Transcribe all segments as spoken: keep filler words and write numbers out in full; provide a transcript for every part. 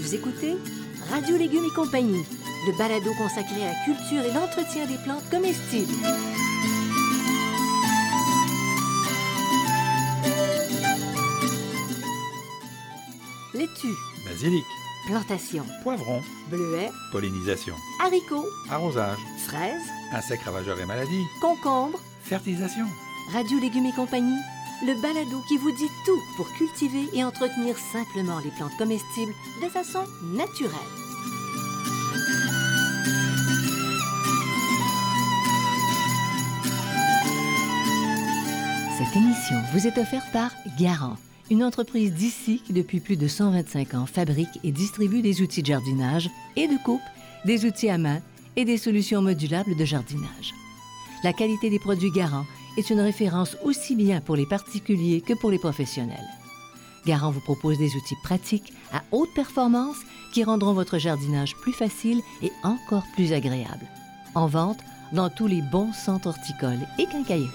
Vous écoutez Radio Légumes et compagnie, le balado consacré à la culture et l'entretien des plantes comestibles. Laitue, basilic, plantation, poivron, bleuets, pollinisation, haricots, arrosage, fraises, insectes ravageurs et maladies, concombres. fertilisation. Radio Légumes et compagnie, le balado qui vous dit tout pour cultiver et entretenir simplement les plantes comestibles de façon naturelle. Cette émission vous est offerte par Garant, une entreprise d'ici qui, depuis plus de cent vingt-cinq ans, fabrique et distribue des outils de jardinage et de coupe, des outils à main et des solutions modulables de jardinage. La qualité des produits Garant est une référence aussi bien pour les particuliers que pour les professionnels. Garant vous propose des outils pratiques à haute performance qui rendront votre jardinage plus facile et encore plus agréable. En vente dans tous les bons centres horticoles et quincailleries.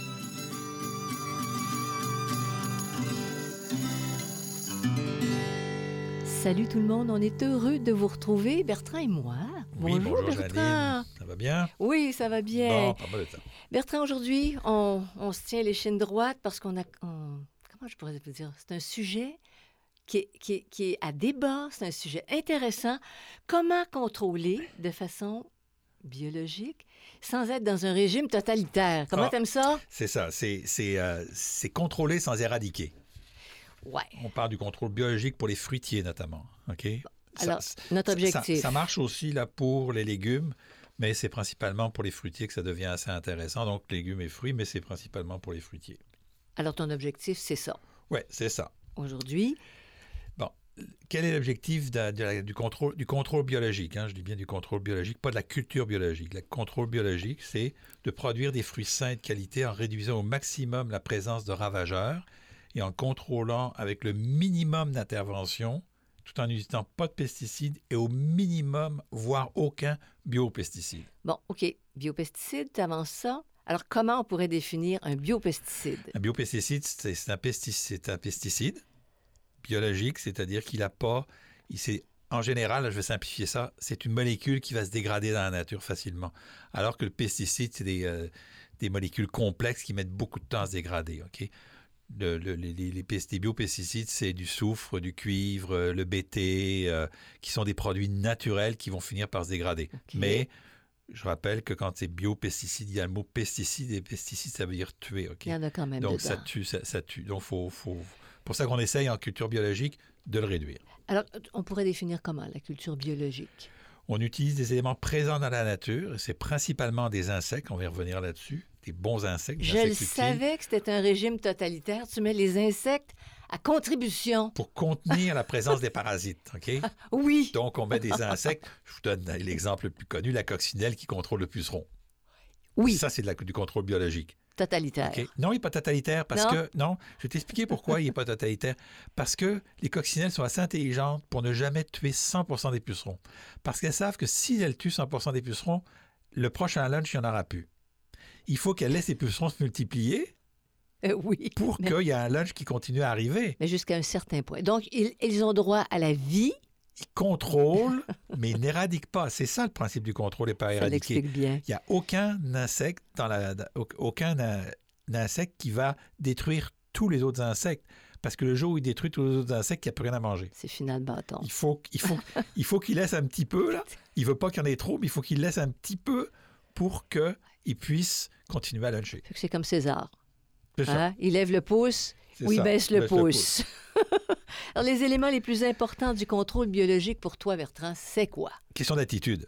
Salut tout le monde, on est heureux de vous retrouver, Bertrand et moi. Oui, bonjour, bonjour Bertrand. Janine. Ça va bien? Oui, ça va bien. Bon, pas mal de temps. Bertrand, aujourd'hui, on, on se tient les chaînes droites parce qu'on a... on- comment je pourrais vous dire? C'est un sujet qui est, qui est- qui est à débat, c'est un sujet intéressant. Comment contrôler de façon biologique sans être dans un régime totalitaire? Comment Ah. t'aimes ça? C'est ça, c'est, c'est, euh, c'est contrôler sans éradiquer. Ouais. On parle du contrôle biologique pour les fruitiers notamment. OK? Alors, Ça- notre ça- objectif. Ça, ça marche aussi là, pour les légumes, mais c'est principalement pour les fruitiers que ça devient assez intéressant. Donc, légumes et fruits, mais c'est principalement pour les fruitiers. Alors, ton objectif, c'est ça. Oui, c'est ça. Aujourd'hui, Bon, quel est l'objectif de- de la- du, contrôle, du contrôle biologique? Hein? Je dis bien du contrôle biologique, pas de la culture biologique. Le contrôle biologique, c'est de produire des fruits sains et de qualité en réduisant au maximum la présence de ravageurs et en contrôlant avec le minimum d'intervention, tout en n'utilisant pas de pesticides et au minimum, voire aucun biopesticide. bon, OK, biopesticide, tu avances ça. Alors, comment on pourrait définir un biopesticide? Un biopesticide, c'est, c'est un, pesticide, c'est un pesticide biologique, c'est-à-dire qu'il n'a pas... Il, c'est, en général, je vais simplifier ça, c'est une molécule qui va se dégrader dans la nature facilement. Alors que le pesticide, c'est des, euh, des molécules complexes qui mettent beaucoup de temps à se dégrader. OK? Le- le- les, les, les pest- les biopesticides, c'est du soufre, du cuivre, euh, le B T, euh, qui sont des produits naturels qui vont finir par se dégrader. OK. Mais je rappelle que quand c'est biopesticide, il y a le mot pesticide, et pesticide, ça veut dire tuer. OK? Il y en a quand même Donc, ça dedans. tue, ça, ça tue. Donc, faut, faut... pour ça qu'on essaye en culture biologique de le réduire. Alors, on pourrait définir comment la culture biologique? On utilise des éléments présents dans la nature. C'est principalement des insectes. On va y revenir là-dessus. Des bons insectes. des Je le insectes utiles, savais que c'était un régime totalitaire. Tu mets les insectes à contribution. pour contenir la présence des parasites. OK? Oui. Donc, on met des insectes. Je vous donne l'exemple le plus connu, la coccinelle qui contrôle le puceron. Oui, Ça, c'est de la- du contrôle biologique. totalitaire. OK? Non, il n'est pas totalitaire parce Non. que... Non, je vais t'expliquer pourquoi il n'est pas totalitaire. Parce que les coccinelles sont assez intelligentes pour ne jamais tuer cent pour cent des pucerons. Parce qu'elles savent que si elles tuent cent pour cent des pucerons, le prochain lunch, il n'y en aura plus. Il faut qu'elles laissent les pucerons se multiplier Euh, oui. pour Mais- qu'il y ait un lunch qui continue à arriver. Mais jusqu'à un certain point. Donc, ils, ils ont droit à la vie. Ils contrôlent, mais ils n'éradiquent pas. C'est ça le principe du contrôle et pas Ça éradiquer. l'explique bien. Il n'y a aucun insecte, dans la, dans- aucun euh, insecte qui va détruire tous les autres insectes. Parce que le jour où il détruit tous les autres insectes, il n'y a plus rien à manger. C'est final bâton. Il faut, il faut, il faut qu'il laisse un petit peu, là. Il ne veut pas qu'il y en ait trop, mais il faut qu'il laisse un petit peu pour qu'il puisse continuer à luncher. Fait que c'est comme César. C'est ça. Hein? Il lève le pouce C'est ou il ça. baisse le Baisse pouce. Alors, les éléments les plus importants du contrôle biologique pour toi, Bertrand, c'est quoi? Question d'attitude.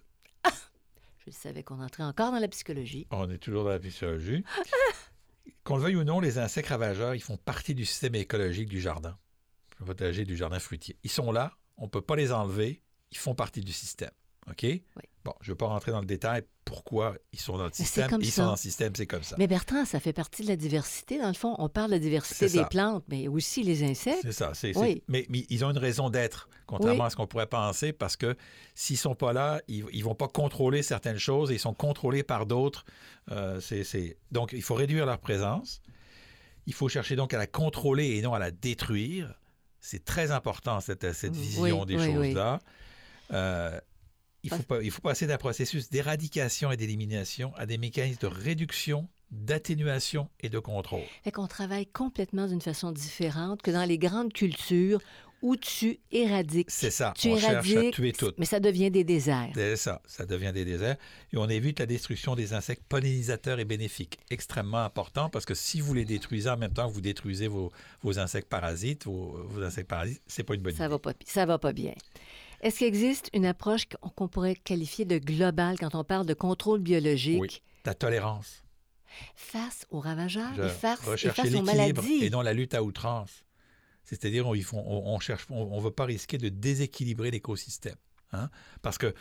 Je savais qu'on entrait encore dans la psychologie. On est toujours dans la physiologie. Qu'on le veuille ou non, les insectes ravageurs, ils font partie du système écologique du jardin, le potager du jardin fruitier. Ils sont là, on ne peut pas les enlever, ils font partie du système. OK? Bon, je ne vais pas rentrer dans le détail pourquoi ils sont dans le c'est système. comme Ils ça. sont dans le système, c'est comme ça. Mais Bertrand, ça fait partie de la diversité. Dans le fond, on parle de la diversité C'est des ça. plantes, mais aussi les insectes. C'est ça. c'est- Oui. c'est- Mais, mais ils ont une raison d'être, contrairement Oui. à ce qu'on pourrait penser, parce que s'ils ne sont pas là, ils ne vont pas contrôler certaines choses et ils sont contrôlés par d'autres. Euh, c'est, c'est... Donc, il faut réduire leur présence. Il faut chercher donc à la contrôler et non à la détruire. C'est très important, cette, cette Oui, vision des oui, choses-là. Euh, il faut, pas, il faut passer d'un processus d'éradication et d'élimination à des mécanismes de réduction, d'atténuation et de contrôle. Fait qu'on travaille complètement d'une façon différente que dans les grandes cultures où tu éradiques. C'est ça, tu on cherche à éradiques, tuer tout. mais ça devient des déserts. C'est ça, ça devient des déserts. Et on évite la destruction des insectes pollinisateurs et bénéfiques. Extrêmement important, parce que si vous les détruisez en même temps que vous détruisez vos, vos insectes parasites, vos, vos insectes parasites, c'est pas une bonne Ça idée. va pas, ça va pas bien. Est-ce qu'il existe une approche qu'on pourrait qualifier de globale quand on parle de contrôle biologique Oui, la tolérance. face aux ravageurs Je- et face, et rechercher face aux l'équilibre maladies? et non la lutte à outrance. C'est-à-dire, on, on, on cherche, on ne veut pas risquer de déséquilibrer l'écosystème. Hein? Parce que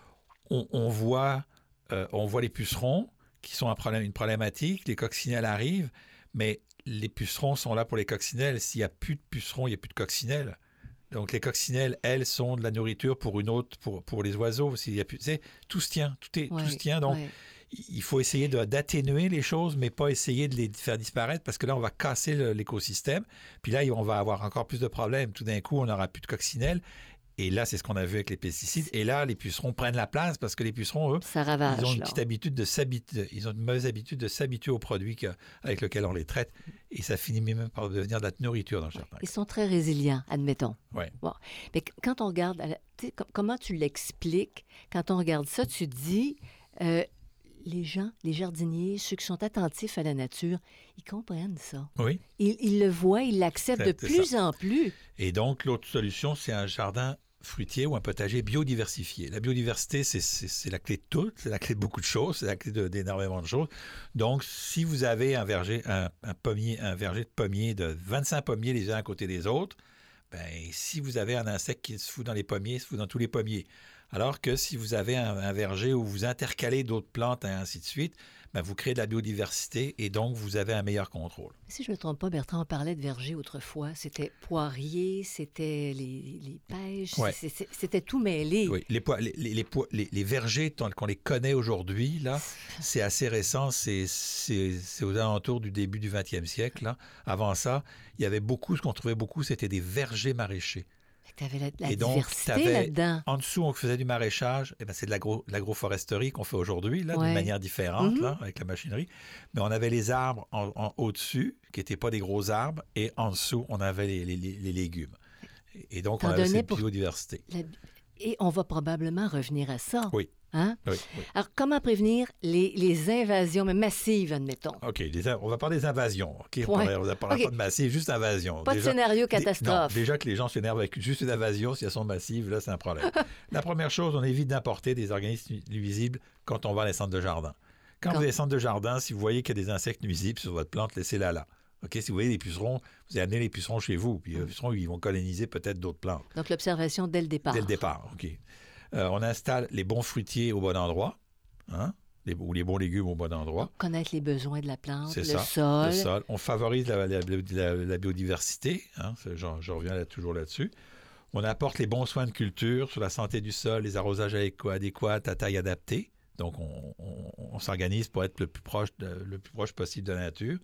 on, on, voit, euh, on voit les pucerons qui sont un problème, une problématique, les coccinelles arrivent, mais les pucerons sont là pour les coccinelles. S'il n'y a plus de pucerons, il n'y a plus de coccinelles. Donc, les coccinelles, elles, sont de la nourriture pour une autre, pour, pour les oiseaux. S'il y a plus, tu sais, tout se tient, tout, est, Ouais, tout se tient. Donc, ouais. il faut essayer de, d'atténuer les choses, mais pas essayer de les faire disparaître, parce que là, on va casser le, l'écosystème. Puis là, on va avoir encore plus de problèmes. Tout d'un coup, on n'aura plus de coccinelles. Et là, c'est ce qu'on a vu avec les pesticides. Et là, les pucerons prennent la place, parce que les pucerons, eux, Ça ravage, ils ont une là. petite habitude de s'habituer, ils ont une mauvaise habitude de s'habituer aux produits que, avec lesquels on les traite. Et ça finit même par devenir de la nourriture dans certains Ils cas. sont très résilients, admettons. Ouais. Bon. Mais qu- quand on regarde, à la- tu sais, com- comment tu l'expliques, quand on regarde ça, tu dis, euh, les gens, les jardiniers, ceux qui sont attentifs à la nature, ils comprennent ça. Oui. Ils, ils le voient, ils l'acceptent de C'est- c'est plus ça. en plus. Et donc, l'autre solution, c'est un jardin fruitier ou un potager biodiversifié. La biodiversité, c'est, c'est, c'est la clé de tout, c'est la clé de beaucoup de choses, c'est la clé de, d'énormément de choses. Donc, si vous avez un verger, un, un pommier, un verger de pommiers, de vingt-cinq pommiers les uns à côté des autres, ben, si vous avez un insecte qui se fout dans les pommiers, il se fout dans tous les pommiers. Alors que si vous avez un, un verger où vous intercalez d'autres plantes et ainsi de suite, ben, vous créez de la biodiversité et donc vous avez un meilleur contrôle. Si je ne me trompe pas, Bertrand, on parlait de verger autrefois. C'était poirier, c'était les, les pêches, Ouais. c'est- c'est- c'était tout mêlé. Oui, les, pois- les, les, les, pois- les- les vergers tant qu'on les connaît aujourd'hui, là, c'est assez récent, c'est, c'est, c'est aux alentours du début du vingtième siècle. Là. Avant ça, il y avait beaucoup, ce qu'on trouvait beaucoup, c'était des vergers maraîchers. Tu avais la, la Et donc, diversité t'avais- là-dedans. En dessous, on faisait du maraîchage, eh ben, c'est de, l'agro, de l'agroforesterie qu'on fait aujourd'hui, là, Ouais. d'une manière différente, Mhm. là, avec la machinerie. Mais on avait les arbres en, en au-dessus, qui n'étaient pas des gros arbres, et en dessous, on avait les, les- les- les légumes. Et donc, T'en on avait donnais cette pour- biodiversité. La- Et on va probablement revenir à ça. Oui. Hein? Oui, oui. Alors, comment prévenir les, les invasions mais massives, admettons? OK, les in- on va parler des invasions. OK, on Ouais. ne parlera OK. pas de massive, juste invasion. Pas de Déjà- scénario dé- catastrophe. non, déjà que les gens s'énervent avec juste une invasion, si elles sont massives, là, c'est un problème. La première chose, on évite d'importer des organismes nuisibles quand on va dans les centres de jardin. Quand, Quand- vous allez dans les centres de jardin, si vous voyez qu'il y a des insectes nuisibles sur votre plante, laissez-la là. OK, si vous voyez des pucerons, vous allez amener les pucerons chez vous, puis les pucerons, ils vont coloniser peut-être d'autres plantes. Donc, l'observation dès le départ. Dès le départ, OK. Euh, on installe les bons fruitiers au bon endroit, hein, les, ou les bons légumes au bon endroit. Connaître les besoins de la plante, C'est le ça, sol. Le sol. On favorise la, la- la- la biodiversité. Hein, c'est- j'en- je reviens là, toujours là-dessus. On apporte les bons soins de culture sur la santé du sol, les arrosages adéqu- adéquats à taille adaptée. Donc, on, on- on s'organise pour être le plus, proche de- le plus proche possible de la nature.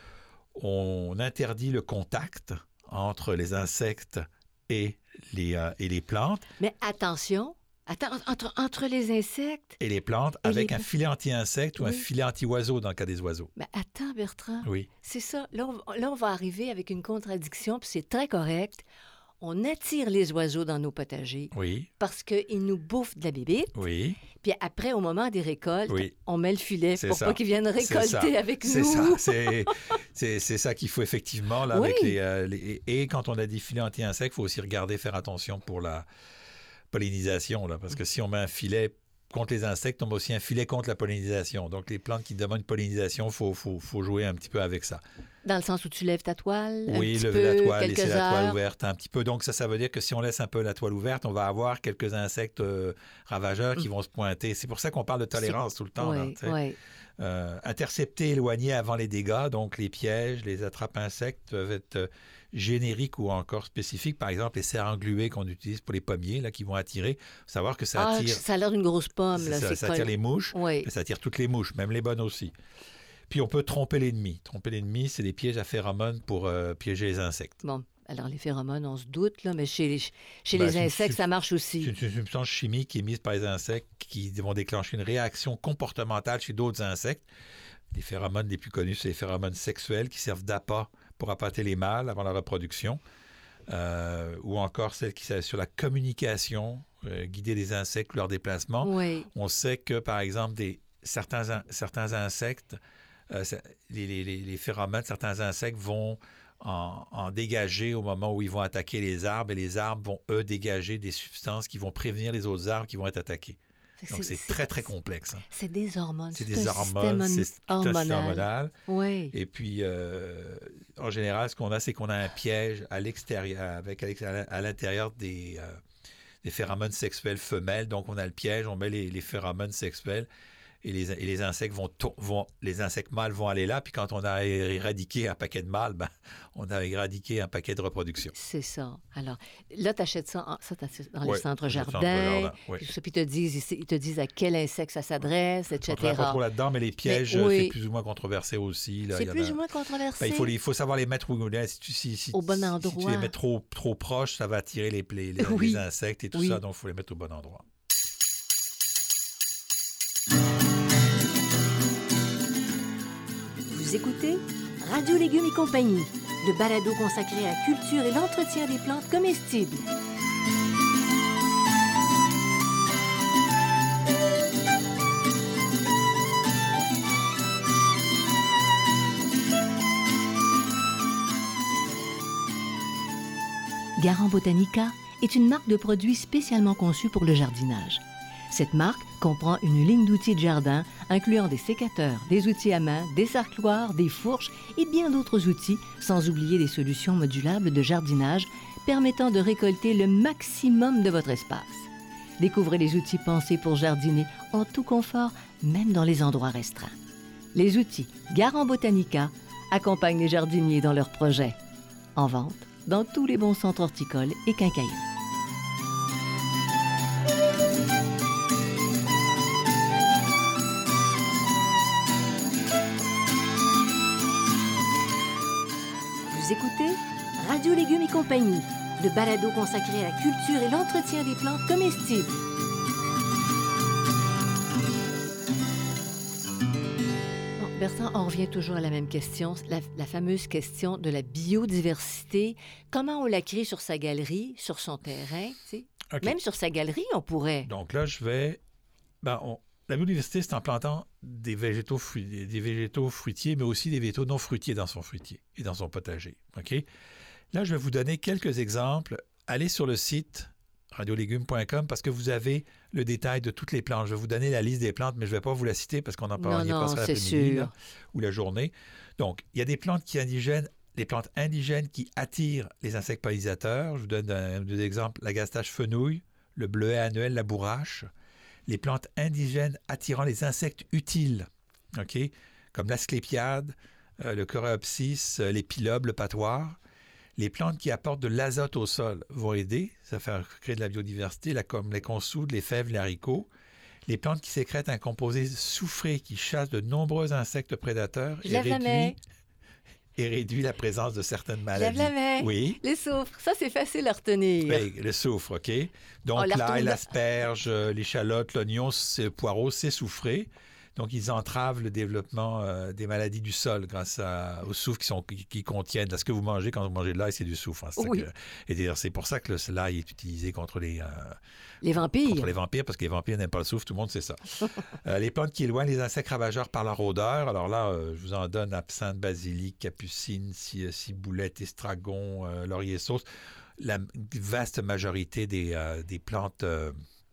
On interdit le contact entre les insectes et les, euh, et les plantes. Mais attention, attends, entre, entre les insectes. Et les plantes Et avec les- un filet anti-insecte ou un Oui. filet anti-oiseau dans le cas des oiseaux. Mais attends, Bertrand. Oui. C'est ça. Là on, là, on va arriver avec une contradiction, puis c'est très correct. On attire les oiseaux dans nos potagers Oui, parce qu'ils nous bouffent de la bébite. oui. Puis après, au moment des récoltes, Oui. on met le filet C'est pour ça. pas qu'ils viennent C'est ça. récolter avec C'est nous. ça, c'est, c'est, c'est ça qu'il faut effectivement. Là, Oui. avec les, euh, les- et quand on a des filets anti-insectes, il faut aussi regarder, faire attention pour la pollinisation. Là, parce que si on met un filet contre les insectes, on met aussi un filet contre la pollinisation. Donc les plantes qui demandent une pollinisation, il faut, faut, faut jouer un petit peu avec ça. Dans le sens où tu lèves ta toile, un Oui, petit lever peu, la toile, quelques laisser la toile heures. ouverte un petit peu. Donc ça, ça veut dire que si on laisse un peu la toile ouverte, on va avoir quelques insectes euh, ravageurs qui Mm. vont se pointer. C'est pour ça qu'on parle de tolérance tout le temps. là, Oui, tu sais. oui. Euh, intercepter, éloigner avant les dégâts, donc les pièges, les attrape-insectes peuvent être euh, génériques ou encore spécifiques. Par exemple, les serres engluées qu'on utilise pour les pommiers, là, qui vont attirer. Faut savoir que ça Ah, attire, ça a l'air d'une grosse pomme. c'est Là, ça, c'est ça coll- attire les mouches, Oui. mais ça attire toutes les mouches, même les bonnes aussi. Puis on peut tromper l'ennemi. Tromper l'ennemi, c'est des pièges à phéromones pour euh, piéger les insectes. Bon, Alors, les phéromones, on se doute, là, mais chez les, chez Ben, les c'est une insectes, sub- ça marche aussi. C'est une substance chimique émise par les insectes qui vont déclencher une réaction comportementale chez d'autres insectes. Les phéromones les plus connus, c'est les phéromones sexuels qui servent d'appât pour appâter les mâles avant la reproduction, euh, ou encore celles qui servent sur la communication, euh, guider les insectes, leur déplacement. Oui, On sait que, par exemple, des, certains, in- certains insectes, euh, ça- les, les- les- les phéromones, certains insectes vont en, en dégager au moment où ils vont attaquer les arbres, et les arbres vont, eux, dégager des substances qui vont prévenir les autres arbres qui vont être attaqués. Fait que Donc, c'est très, très complexe. hein. C'est des hormones. C'est C'est des un hormones, système c'est tout un système hormonal. hormonal. Oui. Et puis, euh, en général, ce qu'on a, c'est qu'on a un piège à l'extérieur, avec à l'extérieur- à l'intérieur des, euh, des phéromones sexuels femelles. Donc, on a le piège, on met les, les phéromones sexuels et les, et les insectes vont, tour- vont, les insectes mâles vont aller là. Puis quand on a éradiqué un paquet de mâles, ben, on a éradiqué un paquet de reproduction. C'est ça. Alors, là, tu achètes ça, en- ça t'achètes dans les Ouais, centres dans les centres jardins. jardins, oui. Puis tout ça, puis ils te disent, ils te disent à quel insecte ça s'adresse, On ne travaille pas et cetera. trop là-dedans, mais les pièges, oui. c'est plus ou moins controversé aussi. Là. C'est Il y en plus a- ou moins controversé. Ben, il, faut les- il faut savoir les mettre où là, si tu, si, si- Au bon si- Si tu endroit. les mets trop, trop proches, ça va attirer les, les, les- Oui. les insectes et tout Oui. ça, donc il faut les mettre au bon endroit. Vous écoutez Radio Légumes et compagnie, le balado consacré à la culture et l'entretien des plantes comestibles. Garant Botanica est une marque de produits spécialement conçue pour le jardinage. Cette marque comprend une ligne d'outils de jardin incluant des sécateurs, des outils à main, des sarcloirs, des fourches et bien d'autres outils, sans oublier des solutions modulables de jardinage permettant de récolter le maximum de votre espace. Découvrez les outils pensés pour jardiner en tout confort, même dans les endroits restreints. Les outils Garant Botanica accompagnent les jardiniers dans leurs projets. En vente dans tous les bons centres horticoles et quincailleries. Vous écoutez Radio Légumes et compagnie, le balado consacré à la culture et l'entretien des plantes comestibles. Bon, Bertrand, on revient toujours à la même question, la, la fameuse question de la biodiversité. Comment on la crée sur sa galerie, sur son terrain, tu sais? OK. Même sur sa galerie, on pourrait. Donc là, je vais... Ben, on- La biodiversité, c'est en plantant des végétaux, fruit- des végétaux fruitiers, mais aussi des végétaux non fruitiers dans son fruitier et dans son potager. OK? Là, je vais vous donner quelques exemples. Allez sur le site radiolégumes point com parce que vous avez le détail de toutes les plantes. Je vais vous donner la liste des plantes, mais je ne vais pas vous la citer parce qu'on en parle, Non, y non, passera c'est l'après-midi sûr. là, ou la journée. Donc, il y a des plantes qui indigènes, les plantes indigènes qui attirent les insectes pollinisateurs. Je vous donne un, deux exemples. La gastache fenouil, le bleuet annuel, la bourrache. Les plantes indigènes attirant les insectes utiles, OK? Comme l'asclépiade, euh, le coréopsis, euh, les pilobes, le patoire. Les plantes qui apportent de l'azote au sol vont aider, ça fait créer de la biodiversité, là, comme les consoudes, les fèves, les haricots. Les plantes qui sécrètent un composé soufré qui chasse de nombreux insectes prédateurs Je et lève la main. réduit, et réduit la présence de certaines Je maladies. lève la main. Oui. Les soufres, ça, c'est facile à retenir. Oui, le soufre, OK? Donc, On la l'ail, retourne- l'asperge, euh, l'échalote, l'oignon, c'est- le poireau, c'est soufré. Donc, ils entravent le développement euh, des maladies du sol grâce à- aux soufres qui, sont, qui, qui contiennent. Là, ce que vous mangez quand vous mangez de l'ail, c'est du soufre. hein. C'est ça Oui. que- et d'ailleurs, c'est pour ça que le- l'ail est utilisé contre les, euh, Les vampires. contre les vampires, parce que les vampires n'aiment pas le soufre, tout le monde sait ça. Euh, les plantes qui éloignent les insectes ravageurs par leur odeur. Alors là, euh, je vous en donne absinthe, basilic, capucine, ci- ciboulette, estragon, euh, laurier sauce. La vaste majorité des, euh, des plantes, euh,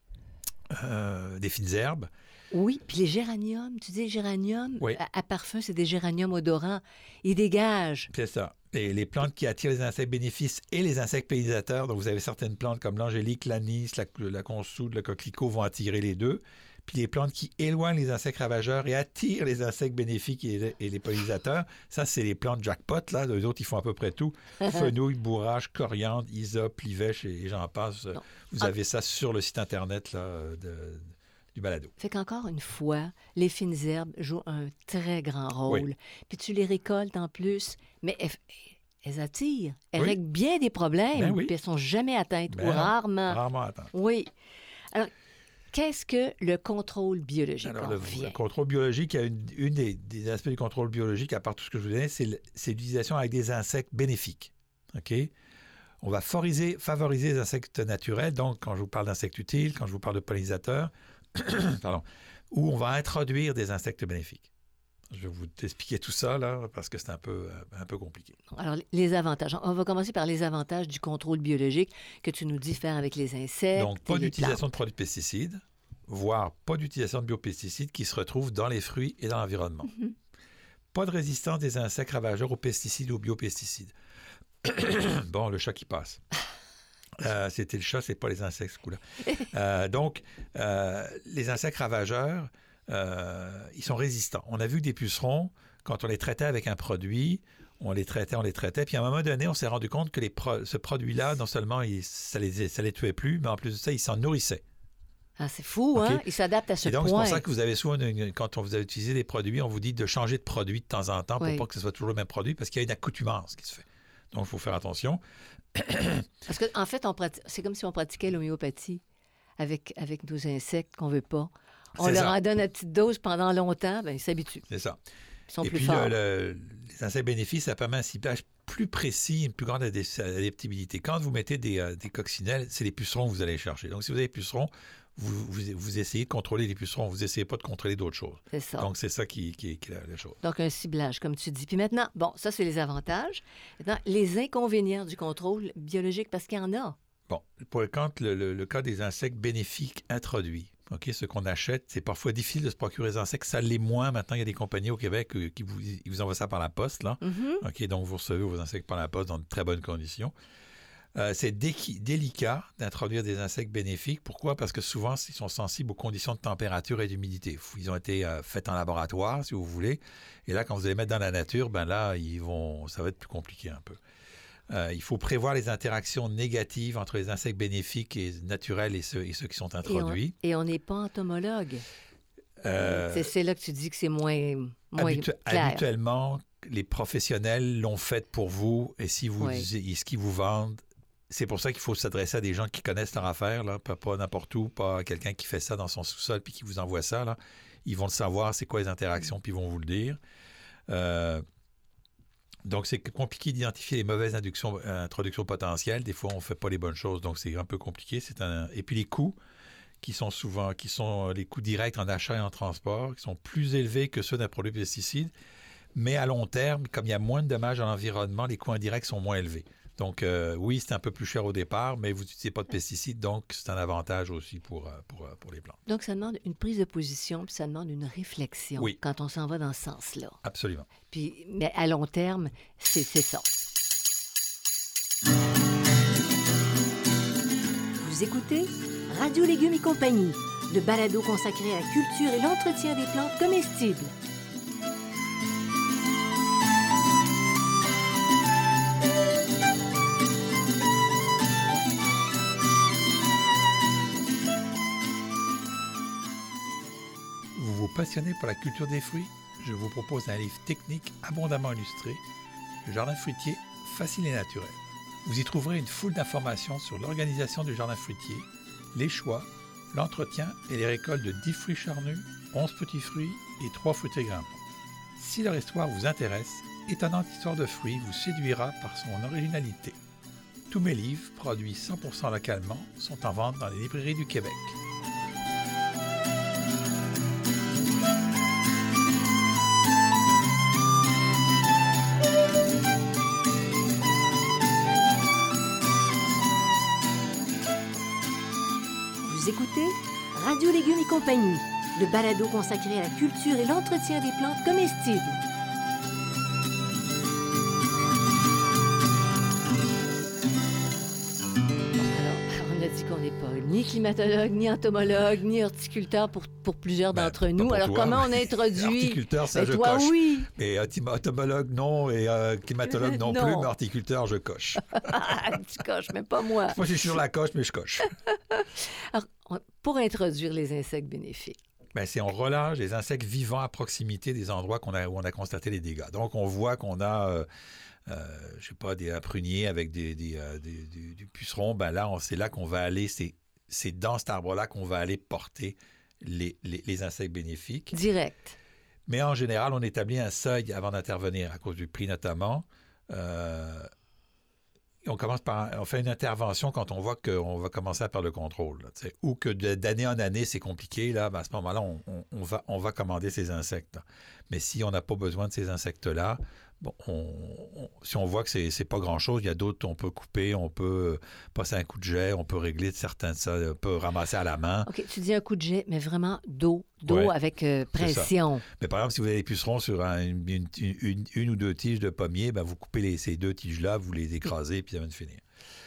euh, des fines herbes. Oui, puis les géraniums, tu dis géraniums Oui. à, à parfum, c'est des géraniums odorants. Ils dégagent. C'est ça. Et les plantes qui attirent les insectes bénéfices et les insectes pollinisateurs. Donc, vous avez certaines plantes comme l'angélique, l'anis, la, la consoude, le coquelicot vont attirer les deux. Puis les plantes qui éloignent les insectes ravageurs et attirent les insectes bénéfiques et, et les pollinisateurs, ça, c'est les plantes jackpot. Là. Eux autres, ils font à peu près tout. Fenouil, bourrache, coriandre, hysope, livèche et, et j'en passe. Non. Vous Ah. avez ça sur le site Internet là, de, du balado. Fait qu'encore une fois, les fines herbes jouent un très grand rôle. Oui. Puis tu les récoltes en plus, mais eff- elles attirent. Elles Oui. règlent bien des problèmes, Ben oui. puis elles sont jamais atteintes, Ben ou non, rarement. Rarement atteintes. Oui. Alors, qu'est-ce que le contrôle biologique? Alors, On le, revient. le contrôle biologique, il y a une, une des, des aspects du contrôle biologique, à part tout ce que je vous donnais, c'est, le, c'est l'utilisation avec des insectes bénéfiques. OK? On va favoriser, favoriser les insectes naturels. Donc, quand je vous parle d'insectes utiles, quand je vous parle de pollinisateurs, pardon, où on va introduire des insectes bénéfiques. Je vais vous expliquer tout ça, là, parce que c'est un peu, un peu compliqué. Alors, les avantages. On va commencer par les avantages du contrôle biologique que tu nous dis faire avec les insectes. Donc, pas et les d'utilisation de plantes. produits de pesticides, voire pas d'utilisation de biopesticides qui se retrouvent dans les fruits et dans l'environnement. Mhm. Pas de résistance des insectes ravageurs aux pesticides ou aux biopesticides. Bon, le chat qui passe. Euh, c'était le chat, c'est pas les insectes, ce coup-là. Euh, donc, euh, les insectes ravageurs, euh, ils sont résistants. On a vu que des pucerons, quand on les traitait avec un produit, on les traitait, on les traitait, puis à un moment donné, on s'est rendu compte que les pro- ce produit-là, non seulement il, ça les, ça les tuait plus, mais en plus de ça, ils s'en nourrissaient. Ah, c'est fou, OK. hein? Ils s'adaptent à ce Et donc, point. c'est pour ça que vous avez souvent, une- une- quand on vous a utilisé des produits, on vous dit de changer de produit de temps en temps pour Oui. pas que ce soit toujours le même produit, parce qu'il y a une accoutumance qui se fait. Donc, il faut faire attention. Parce qu'en en fait, on prati- c'est comme si on pratiquait l'homéopathie avec, avec nos insectes qu'on veut pas. On C'est leur ça. en donne à petite dose pendant longtemps, ben ils s'habituent. C'est ça. Ils sont Et plus puis, forts. le- le- les insectes bénéfices, ça permet un ciblage plus précis, une plus grande adé- adaptabilité. Quand vous mettez des, euh, des coccinelles, c'est les pucerons que vous allez chercher. Donc, si vous avez des pucerons, vous, vous, vous essayez de contrôler les pucerons. Vous n'essayez pas de contrôler d'autres choses. C'est ça. Donc, c'est ça qui, qui, qui est la, la chose. Donc, un ciblage, comme tu dis. Puis maintenant, bon, ça, c'est les avantages. Maintenant, les inconvénients du contrôle biologique, parce qu'il y en a. Bon, pour quand le, le- le cas des insectes bénéfiques introduits, OK, ce qu'on achète, c'est parfois difficile de se procurer des insectes. Ça l'est moins. Maintenant, il y a des compagnies au Québec euh, qui vous, ils vous envoient ça par la poste, là. Mhm. OK, donc vous recevez vos insectes par la poste dans de très bonnes conditions. Euh, c'est déqui- délicat d'introduire des insectes bénéfiques. Pourquoi? Parce que souvent, ils sont sensibles aux conditions de température et d'humidité. Ils ont été euh, faits en laboratoire, si vous voulez. Et là, quand vous allez mettre dans la nature, ben là, ils vont, ça va être plus compliqué un peu. Euh, il faut prévoir les interactions négatives entre les insectes bénéfiques et naturels et ceux, et ceux qui sont introduits. Et on n'est pas entomologue. Euh, C'est, c'est là que tu dis que c'est moins, moins habitu- clair. habituellement, les professionnels l'ont fait pour vous et si vous, Oui. ce qu'ils vous vendent, c'est pour ça qu'il faut s'adresser à des gens qui connaissent leur affaire, là, pas, pas n'importe où, pas à quelqu'un qui fait ça dans son sous-sol puis qui vous envoie ça. Là. Ils vont le savoir, c'est quoi les interactions, puis ils vont vous le dire. Euh, donc, c'est compliqué d'identifier les mauvaises inductions, euh, introductions potentielles. Des fois, on ne fait pas les bonnes choses, donc c'est un peu compliqué. C'est un... Et puis, les coûts, qui sont souvent qui sont les coûts directs en achat et en transport, qui sont plus élevés que ceux d'un produit pesticide. Mais à long terme, comme il y a moins de dommages à l'environnement, les coûts indirects sont moins élevés. Donc, euh, oui, c'est un peu plus cher au départ, mais vous n'utilisez pas de pesticides, donc c'est un avantage aussi pour, euh, pour, euh, pour les plantes. Donc, ça demande une prise de position, puis ça demande une réflexion Oui. quand on s'en va dans ce sens-là. Absolument. Puis, mais à long terme, c'est, c'est ça. Vous écoutez Radio Légumes et compagnie, le balado consacré à la culture et l'entretien des plantes comestibles. Vous vous passionnez pour la culture des fruits? Je vous propose un livre technique abondamment illustré, Le jardin fruitier, facile et naturel. Vous y trouverez une foule d'informations sur l'organisation du jardin fruitier, les choix, l'entretien et les récoltes de dix fruits charnus, onze petits fruits et trois fruitiers grimpants. Si leur histoire vous intéresse, Étonnante histoire de fruits vous séduira par son originalité. Tous mes livres, produits cent pour cent localement, sont en vente dans les librairies du Québec. Vous écoutez Radio Légumes et compagnie, le balado consacré à la culture et l'entretien des plantes comestibles. Alors, on a dit qu'on n'est pas ni climatologue, ni entomologue, ni horticulteur pour, pour plusieurs Ben, d'entre pas nous. pour Alors, toi, comment on mais introduit... horticulteur, ça, Ben, je toi, coche. oui. Mais euh, entomologue, non, et euh, climatologue non, Non. plus, mais horticulteur, je coche. Tu coches, mais pas moi. Moi, je suis sur la coche, mais je coche. Alors, on- pour introduire les insectes bénéfiques, Ben, c'est on relâche les insectes vivants à proximité des endroits qu'on a, où on a constaté les dégâts. Donc, on voit qu'on a euh, euh, je sais pas, des pruniers avec des, des, euh, des, des, des pucerons, ben là, on, c'est là qu'on va aller, c'est, c'est dans cet arbre-là qu'on va aller porter les, les, les insectes bénéfiques. Direct. Mais en général, on établit un seuil avant d'intervenir, à cause du prix notamment. Euh, on commence par, on fait une intervention quand on voit qu'on va commencer à perdre le contrôle, là, ou que de, d'année en année, c'est compliqué. Là, ben à ce moment-là, on, on, on, va, on va commander ces insectes. Là. Mais si on n'a pas besoin de ces insectes-là, bon, on, on, si on voit que c'est, c'est pas grand-chose, il y a d'autres, on peut couper, on peut passer un coup de jet, on peut régler certains de ça, on peut ramasser à la main. OK, tu dis un coup de jet, mais vraiment d'eau, d'eau Ouais, avec euh, pression. Mais par exemple, si vous avez des pucerons sur un, une, une, une, une ou deux tiges de pommier, ben vous coupez les, ces deux tiges-là, vous les écrasez, puis ça va de finir.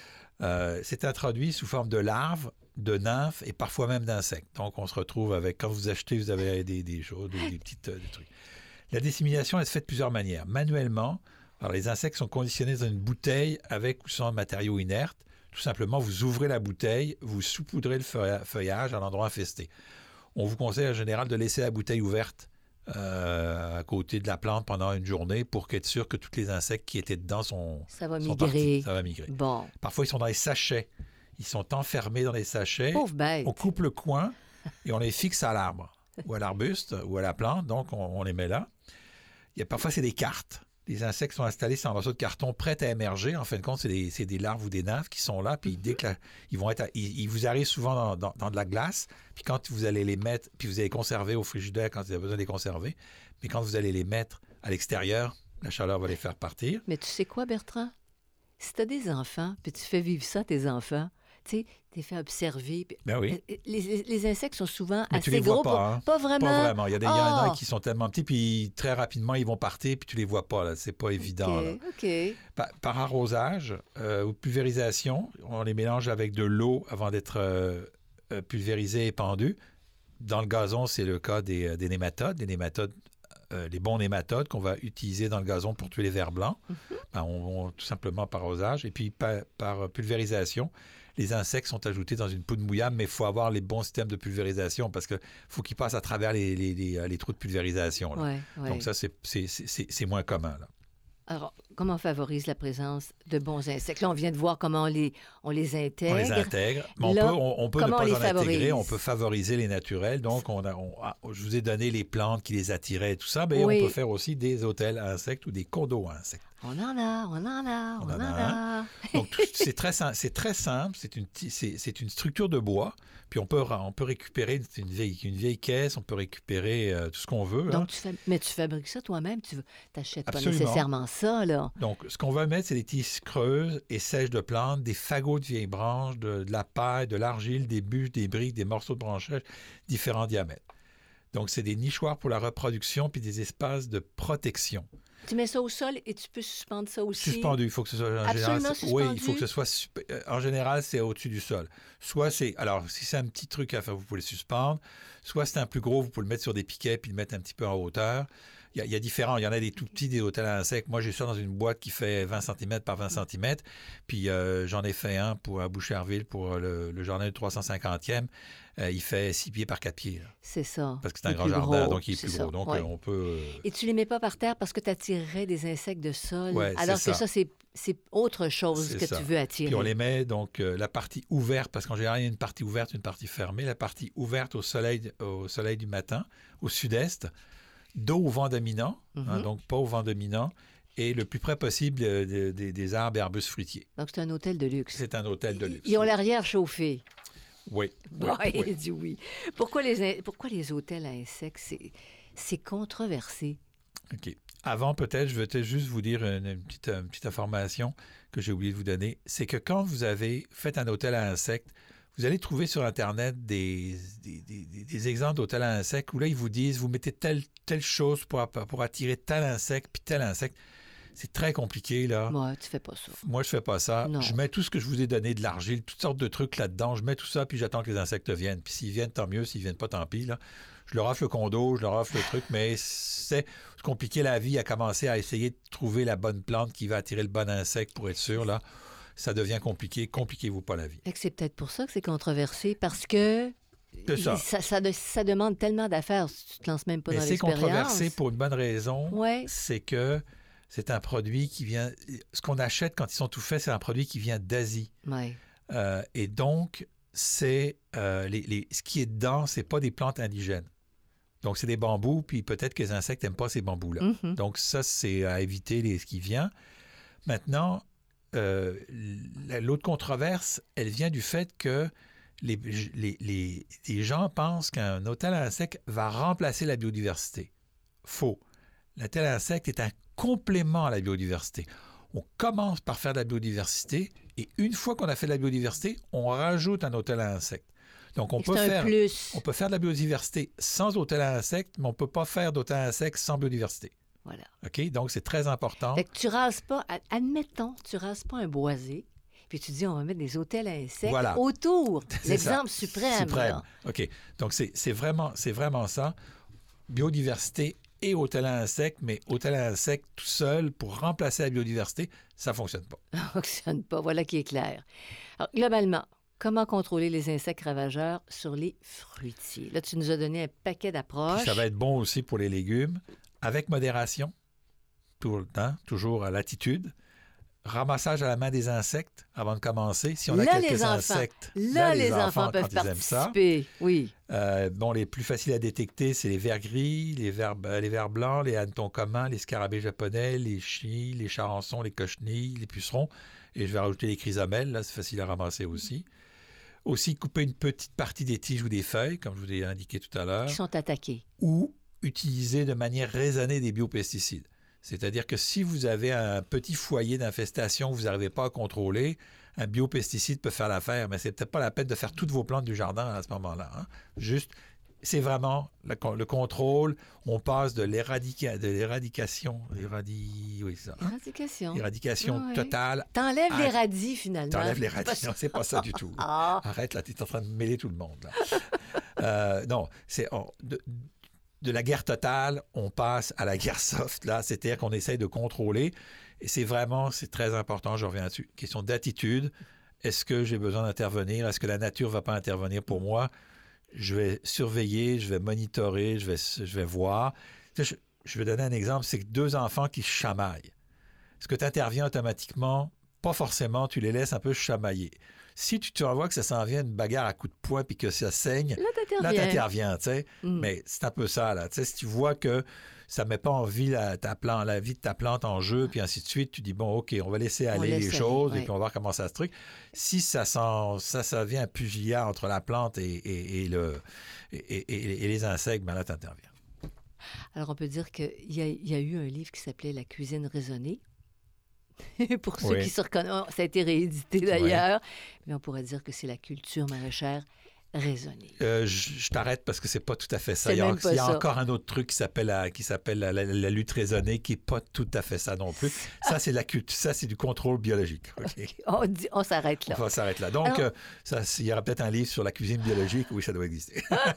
Euh, c'est introduit sous forme de larves, de nymphes et parfois même d'insectes. Donc, on se retrouve avec, quand vous achetez, vous avez des, des choses, des, des petites euh, des trucs. La dissémination, elle se fait de plusieurs manières. Manuellement, alors les insectes sont conditionnés dans une bouteille avec ou sans matériaux inertes. Tout simplement, vous ouvrez la bouteille, vous saupoudrez le feuillage à l'endroit infesté. On vous conseille en général de laisser la bouteille ouverte euh, à côté de la plante pendant une journée pour être sûr que tous les insectes qui étaient dedans sont, ça va sont migrer. partis. Ça va migrer. Bon. Parfois, ils sont dans les sachets. Ils sont enfermés dans les sachets. Pauvre bête. On coupe le coin et on les fixe à l'arbre ou à l'arbuste ou à la plante. Donc, on, on les met là. Il y a, parfois, c'est des cartes. Les insectes sont installés sur un morceau de carton prêt à émerger. En fin de compte, c'est des, c'est des larves ou des nymphes qui sont là. Puis dès que la, ils vont être, à, ils, ils vous arrivent souvent dans, dans, dans de la glace. Puis quand vous allez les mettre, puis vous allez les conserver au frigidaire quand vous avez besoin de les conserver. Mais quand vous allez les mettre à l'extérieur, la chaleur va les faire partir. Mais tu sais quoi, Bertrand? Si tu as des enfants, puis tu fais vivre ça à tes enfants, tu sais, t'es fait observer. Puis ben oui. Les, les insectes sont souvent mais assez tu les vois gros. pas, pour... hein? Pas vraiment. Pas vraiment. Il y, a des, oh! il y en a qui sont tellement petits, puis très rapidement, ils vont partir, puis tu les vois pas. Là. C'est pas évident. OK. Là. OK. Par, par arrosage euh, ou pulvérisation, on les mélange avec de l'eau avant d'être euh, pulvérisés et pendus. Dans le gazon, c'est le cas des, des nématodes. Les nématodes, euh, les bons nématodes qu'on va utiliser dans le gazon pour tuer les vers blancs. Mm-hmm. Ben, on, on, tout simplement par arrosage. Et puis par, par pulvérisation, les insectes sont ajoutés dans une poudre mouillable, mais il faut avoir les bons systèmes de pulvérisation parce qu'il faut qu'ils passent à travers les, les, les, les trous de pulvérisation. Là. Ouais, ouais. Donc ça, c'est, c'est, c'est, c'est moins commun. Là. Alors, comment on favorise la présence de bons insectes? Là, on vient de voir comment on les, on les intègre. On les intègre. Mais on là, peut, on, on peut ne pas on les en favorise? intégrer. On peut favoriser les naturels. Donc, on a, on, je vous ai donné les plantes qui les attiraient et tout ça. Mais oui. On peut faire aussi des hôtels à insectes ou des condos à insectes. On en a, on en a, on, on en, en a. a. Donc, tout, c'est, très, c'est très simple. C'est une, c'est, c'est une structure de bois. Puis, on peut, on peut récupérer une vieille, une vieille caisse. On peut récupérer euh, tout ce qu'on veut. Donc, hein. tu fais, mais tu fabriques ça toi-même. Tu n'achètes pas Absolument. nécessairement ça, là. Donc, ce qu'on va mettre, c'est des tiges creuses et sèches de plantes, des fagots de vieilles branches, de, de la paille, de l'argile, des bûches, des briques, des morceaux de branchage, différents diamètres. Donc, c'est des nichoirs pour la reproduction puis des espaces de protection. Tu mets ça au sol et tu peux suspendre ça aussi? Suspendu, il faut que ce soit... En Absolument général, suspendu? Oui, il faut que ce soit... En général, c'est au-dessus du sol. Soit c'est... Alors, si c'est un petit truc à faire, vous pouvez le suspendre. Soit c'est un plus gros, vous pouvez le mettre sur des piquets puis le mettre un petit peu en hauteur. Il y, a, il y a différents. Il y en a des tout petits, des hôtels à insectes. Moi, j'ai ça dans une boîte qui fait vingt centimètres par vingt centimètres. Puis euh, j'en ai fait un pour, à Boucherville pour le, le journal du trois cent cinquantième. Euh, il fait six pieds par quatre pieds. Là. C'est ça. Parce que c'est un grand jardin, donc il est, c'est plus ça. gros. Donc ouais. euh, on peut... Et tu les mets pas par terre parce que tu attirerais des insectes de sol. Ouais, alors c'est que ça, ça c'est, c'est autre chose c'est que ça. tu veux attirer. Puis on les met, donc, euh, la partie ouverte, parce qu'en général, il y a une partie ouverte, une partie fermée. La partie ouverte au soleil, au soleil du matin, au sud-est, dos au vent dominant, mm-hmm. hein, donc pas au vent dominant, et le plus près possible de, de, de, des arbres et arbustes fruitiers. Donc, c'est un hôtel de luxe. C'est un hôtel de luxe. Ils ont l'arrière chauffé. Oui. oui, ouais, oui. Il dit oui. Pourquoi les, pourquoi les hôtels à insectes, c'est, c'est controversé? OK. Avant, peut-être, je vais peut-être juste vous dire une, une, petite, une petite information que j'ai oublié de vous donner. C'est que quand vous avez fait un hôtel à insectes, vous allez trouver sur Internet des, des, des, des exemples d'hôtels à insectes où là, ils vous disent, vous mettez telle, telle chose pour, pour attirer tel insecte, puis tel insecte. C'est très compliqué, là. Moi, tu fais pas ça. Moi, je fais pas ça. Non. Je mets tout ce que je vous ai donné, de l'argile, toutes sortes de trucs là-dedans. Je mets tout ça, puis j'attends que les insectes viennent. Puis s'ils viennent, tant mieux. S'ils viennent pas, tant pis, là. Je leur offre le condo, je leur offre le truc, mais c'est compliqué la vie à commencer à essayer de trouver la bonne plante qui va attirer le bon insecte pour être sûr, là. Ça devient compliqué. Compliquez-vous pas la vie. C'est peut-être pour ça que c'est controversé, parce que ça. Ça, ça, de, ça demande tellement d'affaires si tu te lances même pas mais dans c'est l'expérience. Controversé pour une bonne raison. Ouais. C'est que c'est un produit qui vient... Ce qu'on achète quand ils sont tout faits, c'est un produit qui vient d'Asie. Ouais. Euh, et donc, c'est euh, les, les, ce qui est dedans, c'est pas des plantes indigènes. Donc, c'est des bambous, puis peut-être que les insectes n'aiment pas ces bambous-là. Mm-hmm. Donc, ça, c'est à éviter les, ce qui vient. Maintenant, euh, l'autre controverse, elle vient du fait que les, les, les, les gens pensent qu'un hôtel à insectes va remplacer la biodiversité. Faux. L'hôtel à insectes est un complément à la biodiversité. On commence par faire de la biodiversité et une fois qu'on a fait de la biodiversité, on rajoute un hôtel à insectes. Donc, on peut, faire, on peut faire de la biodiversité sans hôtel à insectes, mais on ne peut pas faire d'hôtel à insectes sans biodiversité. Voilà. OK? Donc, c'est très important. Fait que tu rases pas, admettons, tu rases pas un boisé, puis tu dis on va mettre des hôtels à insectes voilà. autour. C'est L'exemple ça. suprême. Suprême. Là. OK. Donc, c'est, c'est, vraiment, c'est vraiment ça. Biodiversité et hôtel à insectes, mais hôtel à insectes tout seul pour remplacer la biodiversité, ça ne fonctionne pas. Ça ne fonctionne pas. Voilà qui est clair. Alors, globalement, comment contrôler les insectes ravageurs sur les fruitiers? Là, tu nous as donné un paquet d'approches. Puis ça va être bon aussi pour les légumes, avec modération, tout le temps, toujours à l'attitude. Ramassage à la main des insectes avant de commencer. Si on a là, quelques les enfants, insectes, là, là les, les enfants, enfants peuvent quand participer. Ils aiment ça. Oui. Euh, bon, les plus faciles à détecter, c'est les vers gris, les vers, les vers blancs, les hannetons communs, les scarabées japonais, les chenilles, les charançons, les cochenilles, les pucerons. Et je vais rajouter les chrysomèles, là, c'est facile à ramasser aussi. Aussi, couper une petite partie des tiges ou des feuilles, comme je vous l'ai indiqué tout à l'heure. Qui sont attaqués. Ou utiliser de manière raisonnée des biopesticides. C'est-à-dire que si vous avez un petit foyer d'infestation que vous n'arrivez pas à contrôler, un biopesticide peut faire l'affaire, mais c'est peut-être pas la peine de faire toutes vos plantes du jardin à ce moment-là. Hein? Juste, c'est vraiment le, le contrôle. On passe de, l'éradica, de l'éradication, éradi, oui, ça, hein? Éradication, éradication oui. totale. T'enlèves à... les radis, finalement. T'enlèves les radis, non, c'est pas ça du tout. Ah. Arrête, là, tu es en train de mêler tout le monde. Là. euh, non, c'est... On, de, De la guerre totale, on passe à la guerre soft, là, c'est-à-dire qu'on essaye de contrôler. Et c'est vraiment, c'est très important, je reviens là-dessus. Question d'attitude. Est-ce que j'ai besoin d'intervenir? Est-ce que la nature ne va pas intervenir pour moi? Je vais surveiller, je vais monitorer, je vais, je vais voir. Je, je vais donner un exemple, c'est que deux enfants qui se chamaillent. Est-ce que tu interviens automatiquement? Pas forcément, tu les laisses un peu chamailler. Si tu te vois que ça s'en vient une bagarre à coups de poing puis que ça saigne, là, t'interviens. Là, t'interviens, tu sais. Mm. Mais c'est un peu ça, là. Tu sais, si tu vois que ça ne met pas en vie la, ta plante, la vie de ta plante en jeu, puis ainsi de suite, tu dis, bon, OK, on va laisser aller les aller, choses ouais. et puis on va voir comment ça se truc. Si ça, sent, ça, ça devient un pugilat entre la plante et, et, et, le, et, et, et les insectes, ben là, t'interviens. Alors, on peut dire qu'il y a, il y a eu un livre qui s'appelait « La cuisine raisonnée ». Pour ceux oui. qui se reconnaissent, ça a été réédité d'ailleurs, oui. mais on pourrait dire que c'est la culture maraîchère raisonnée. Euh, je, je t'arrête parce que c'est pas tout à fait ça. C'est il y a, il y a encore un autre truc qui s'appelle la, qui s'appelle la, la, la lutte raisonnée, qui n'est pas tout à fait ça non plus. Ça, c'est la culture, ça, c'est du contrôle biologique. Okay? Okay. On, dit, on s'arrête là. On s'arrête là. Donc, Alors... euh, ça, il y aura peut-être un livre sur la cuisine biologique. Oui, ça doit exister.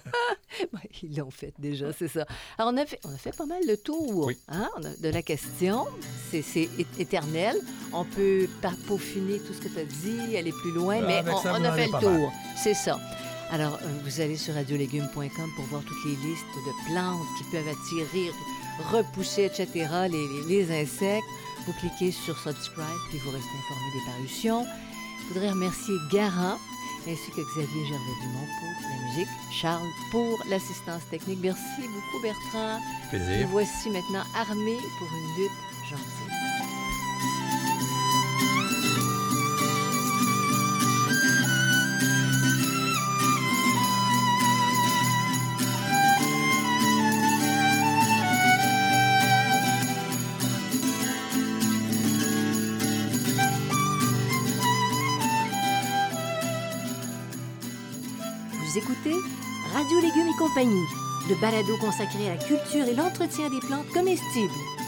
Ils l'ont fait déjà, c'est ça. Alors, on a fait, on a fait pas mal le tour oui. hein, on a, de la question. C'est, c'est éternel. On peut peaufiner tout ce que tu as dit, aller plus loin, euh, mais on, ça, on a fait le tour. Mal. C'est ça. Alors, euh, vous allez sur radio légumes point com pour voir toutes les listes de plantes qui peuvent attirer, repousser, et cetera, les, les, les insectes. Vous cliquez sur subscribe, puis vous restez informé des parutions. Je voudrais remercier Garant, ainsi que Xavier Gervais-Dumont pour la musique, Charles pour l'assistance technique. Merci beaucoup, Bertrand. Plaisir. Nous voici maintenant armés pour une lutte gentille. Écoutez Radio Légumes et compagnie, le balado consacré à la culture et l'entretien des plantes comestibles.